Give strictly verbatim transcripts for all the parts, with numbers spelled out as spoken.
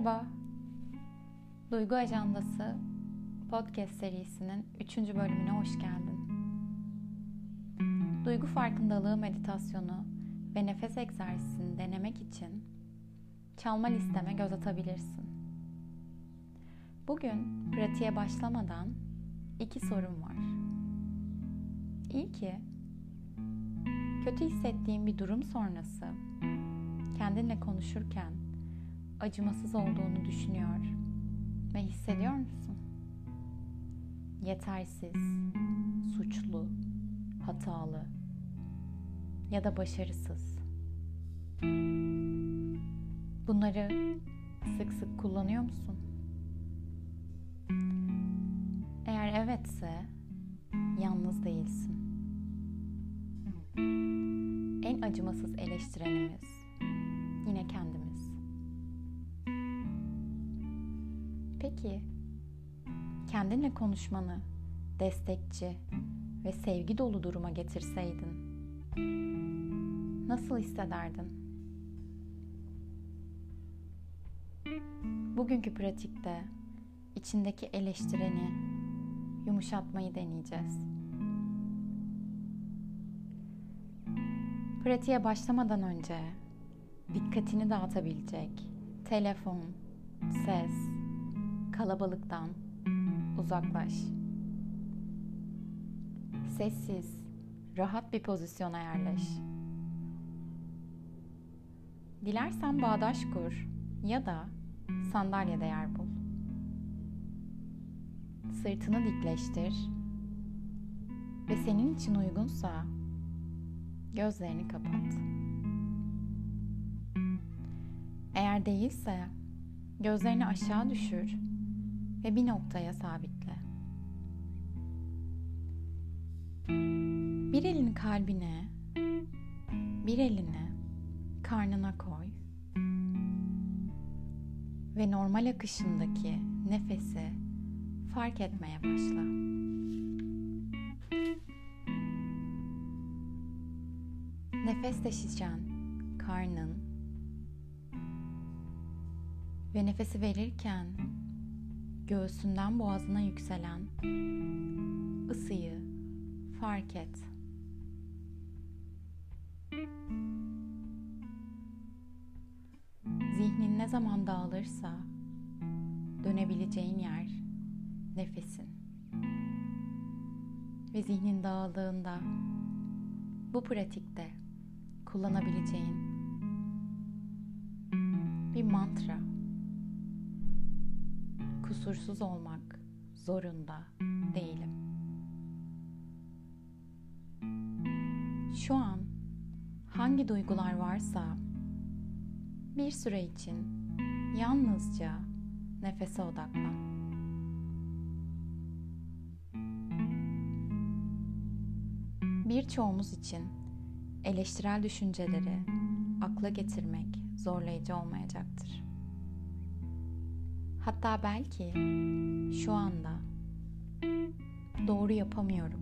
Merhaba, Duygu Ajandası podcast serisinin üçüncü bölümüne hoş geldin. Duygu farkındalığı meditasyonu ve nefes egzersizini denemek için çalma listeme göz atabilirsin. Bugün pratiğe başlamadan iki sorum var. İlki, kötü hissettiğin bir durum sonrası kendinle konuşurken acımasız olduğunu düşünüyor ve hissediyor musun? Yetersiz, suçlu, hatalı ya da başarısız. Bunları sık sık kullanıyor musun? Eğer evetse, yalnız değilsin. En acımasız eleştirenimiz yine kendimiz. Peki, kendinle konuşmanı destekçi ve sevgi dolu duruma getirseydin, nasıl hissederdin? Bugünkü pratikte içindeki eleştireni yumuşatmayı deneyeceğiz. Pratiğe başlamadan önce dikkatini dağıtabilecek telefon, ses, kalabalıktan uzaklaş. Sessiz, rahat bir pozisyona yerleş. Dilersen bağdaş kur ya da sandalyede yer bul. Sırtını dikleştir ve senin için uygunsa gözlerini kapat. Eğer değilse gözlerini aşağı düşür ve bir noktaya sabitle. Bir elini kalbine, bir elini karnına koy ve normal akışındaki nefesi fark etmeye başla. Nefesle şişen karnın ve nefesi verirken göğsünden boğazına yükselen ısıyı fark et. Zihnin ne zaman dağılırsa dönebileceğin yer nefesin. Ve zihnin dağıldığında bu pratikte kullanabileceğin bir mantra. Kusursuz olmak zorunda değilim. Şu an hangi duygular varsa bir süre için yalnızca nefese odaklan. Birçoğumuz için eleştirel düşünceleri akla getirmek zorlayıcı olmayacaktır. Hatta belki şu anda doğru yapamıyorum.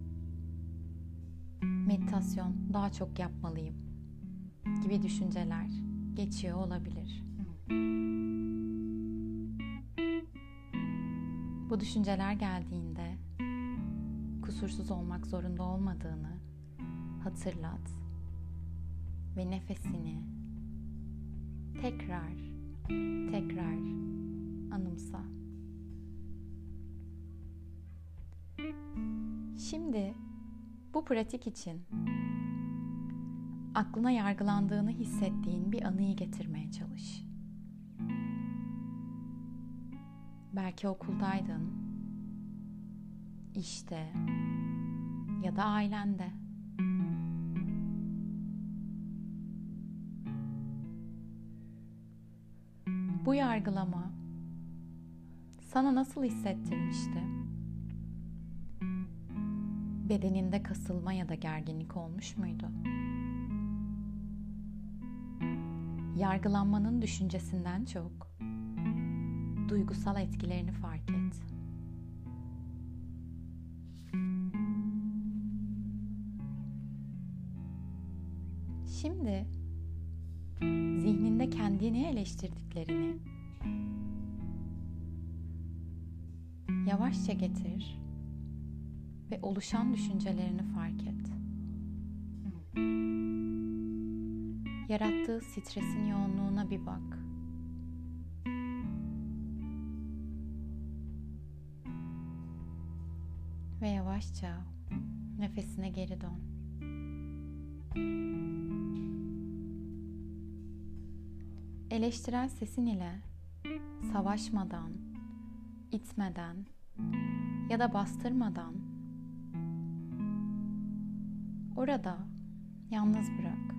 Meditasyon daha çok yapmalıyım gibi düşünceler geçiyor olabilir. Bu düşünceler geldiğinde kusursuz olmak zorunda olmadığını hatırlat ve nefesini tekrar tekrar anımsa. Şimdi bu pratik için aklına yargılandığını hissettiğin bir anıyı getirmeye çalış. Belki okuldaydın, işte ya da ailende. Bu yargılama sana nasıl hissettirmişti? Bedeninde kasılma ya da gerginlik olmuş muydu? Yargılanmanın düşüncesinden çok duygusal etkilerini fark et. Şimdi zihninde kendini eleştirdiklerini Yavaşça getir ve oluşan düşüncelerini fark et. Yarattığı stresin yoğunluğuna bir bak. Ve yavaşça nefesine geri dön. Eleştirel sesin ile savaşmadan, itmeden ya da bastırmadan orada yalnız bırak.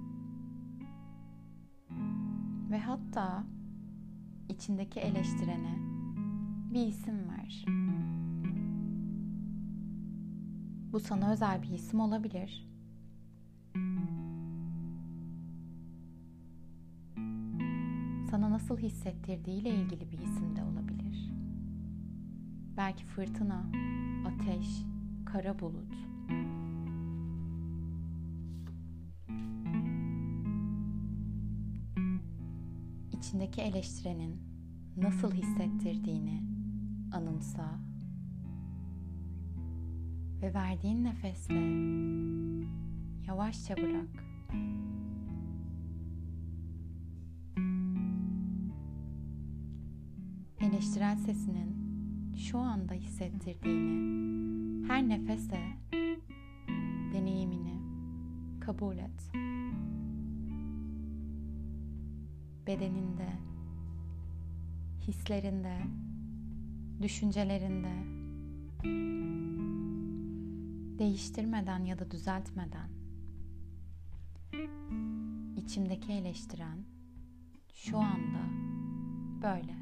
Ve hatta içindeki eleştirene bir isim ver. Bu sana özel bir isim olabilir. Sana nasıl hissettirdiğiyle ilgili bir isim de olabilir. Belki fırtına, ateş, kara bulut. İçindeki eleştirenin nasıl hissettirdiğini anımsa ve verdiğin nefesle yavaşça bırak. Eleştirel sesinin şu anda hissettirdiğini her nefese deneyimini kabul et. Bedeninde, hislerinde, düşüncelerinde değiştirmeden ya da düzeltmeden içimdeki eleştiren şu anda böyle.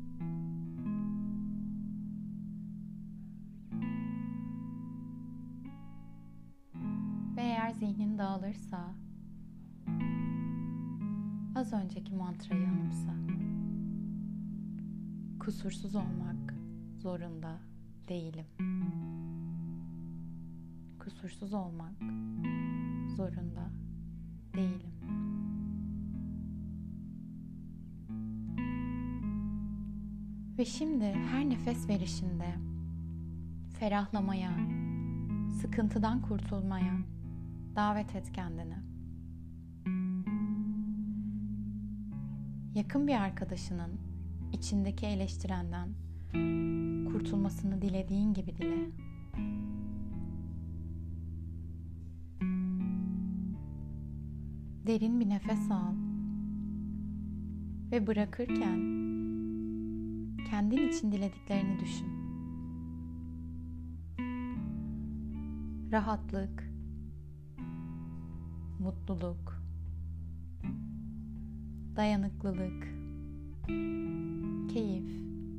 Ve eğer zihnin dağılırsa az önceki mantrayı anımsa. Kusursuz olmak zorunda değilim. Kusursuz olmak zorunda değilim. Ve şimdi her nefes verişinde ferahlamaya, sıkıntıdan kurtulmaya davet et kendini. Yakın bir arkadaşının içindeki eleştirenden kurtulmasını dilediğin gibi dile. Derin bir nefes al ve bırakırken kendin için dilediklerini düşün. Rahatlık, mutluluk, dayanıklılık, keyif,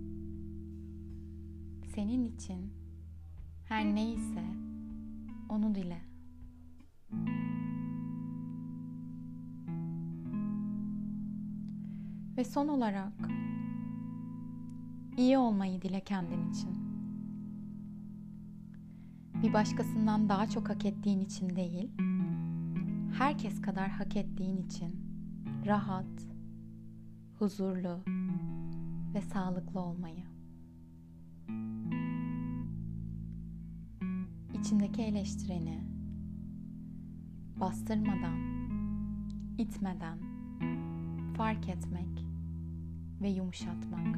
senin için her neyse onu dile. Ve son olarak iyi olmayı dile kendin için. Bir başkasından daha çok hak ettiğin için değil, herkes kadar hak ettiğin için rahat, huzurlu ve sağlıklı olmayı. İçindeki eleştireni bastırmadan, itmeden fark etmek ve yumuşatmak.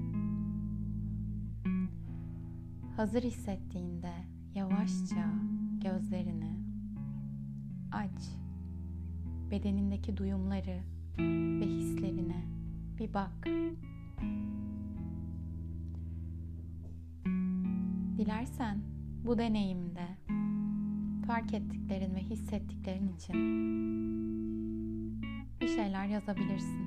Hazır hissettiğinde yavaşça gözlerini aç. Bedenindeki duyumları ve hislerine bir bak. Dilersen bu deneyimde fark ettiklerin ve hissettiklerin için bir şeyler yazabilirsin.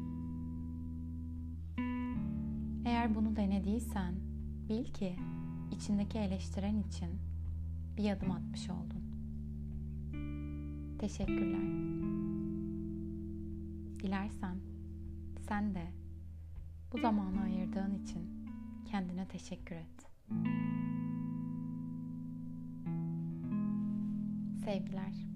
Eğer bunu denediysen bil ki içindeki eleştiren için bir adım atmış oldun. Teşekkürler. Dilersen sen de bu zamanı ayırdığın için kendine teşekkür et. Sevgiler.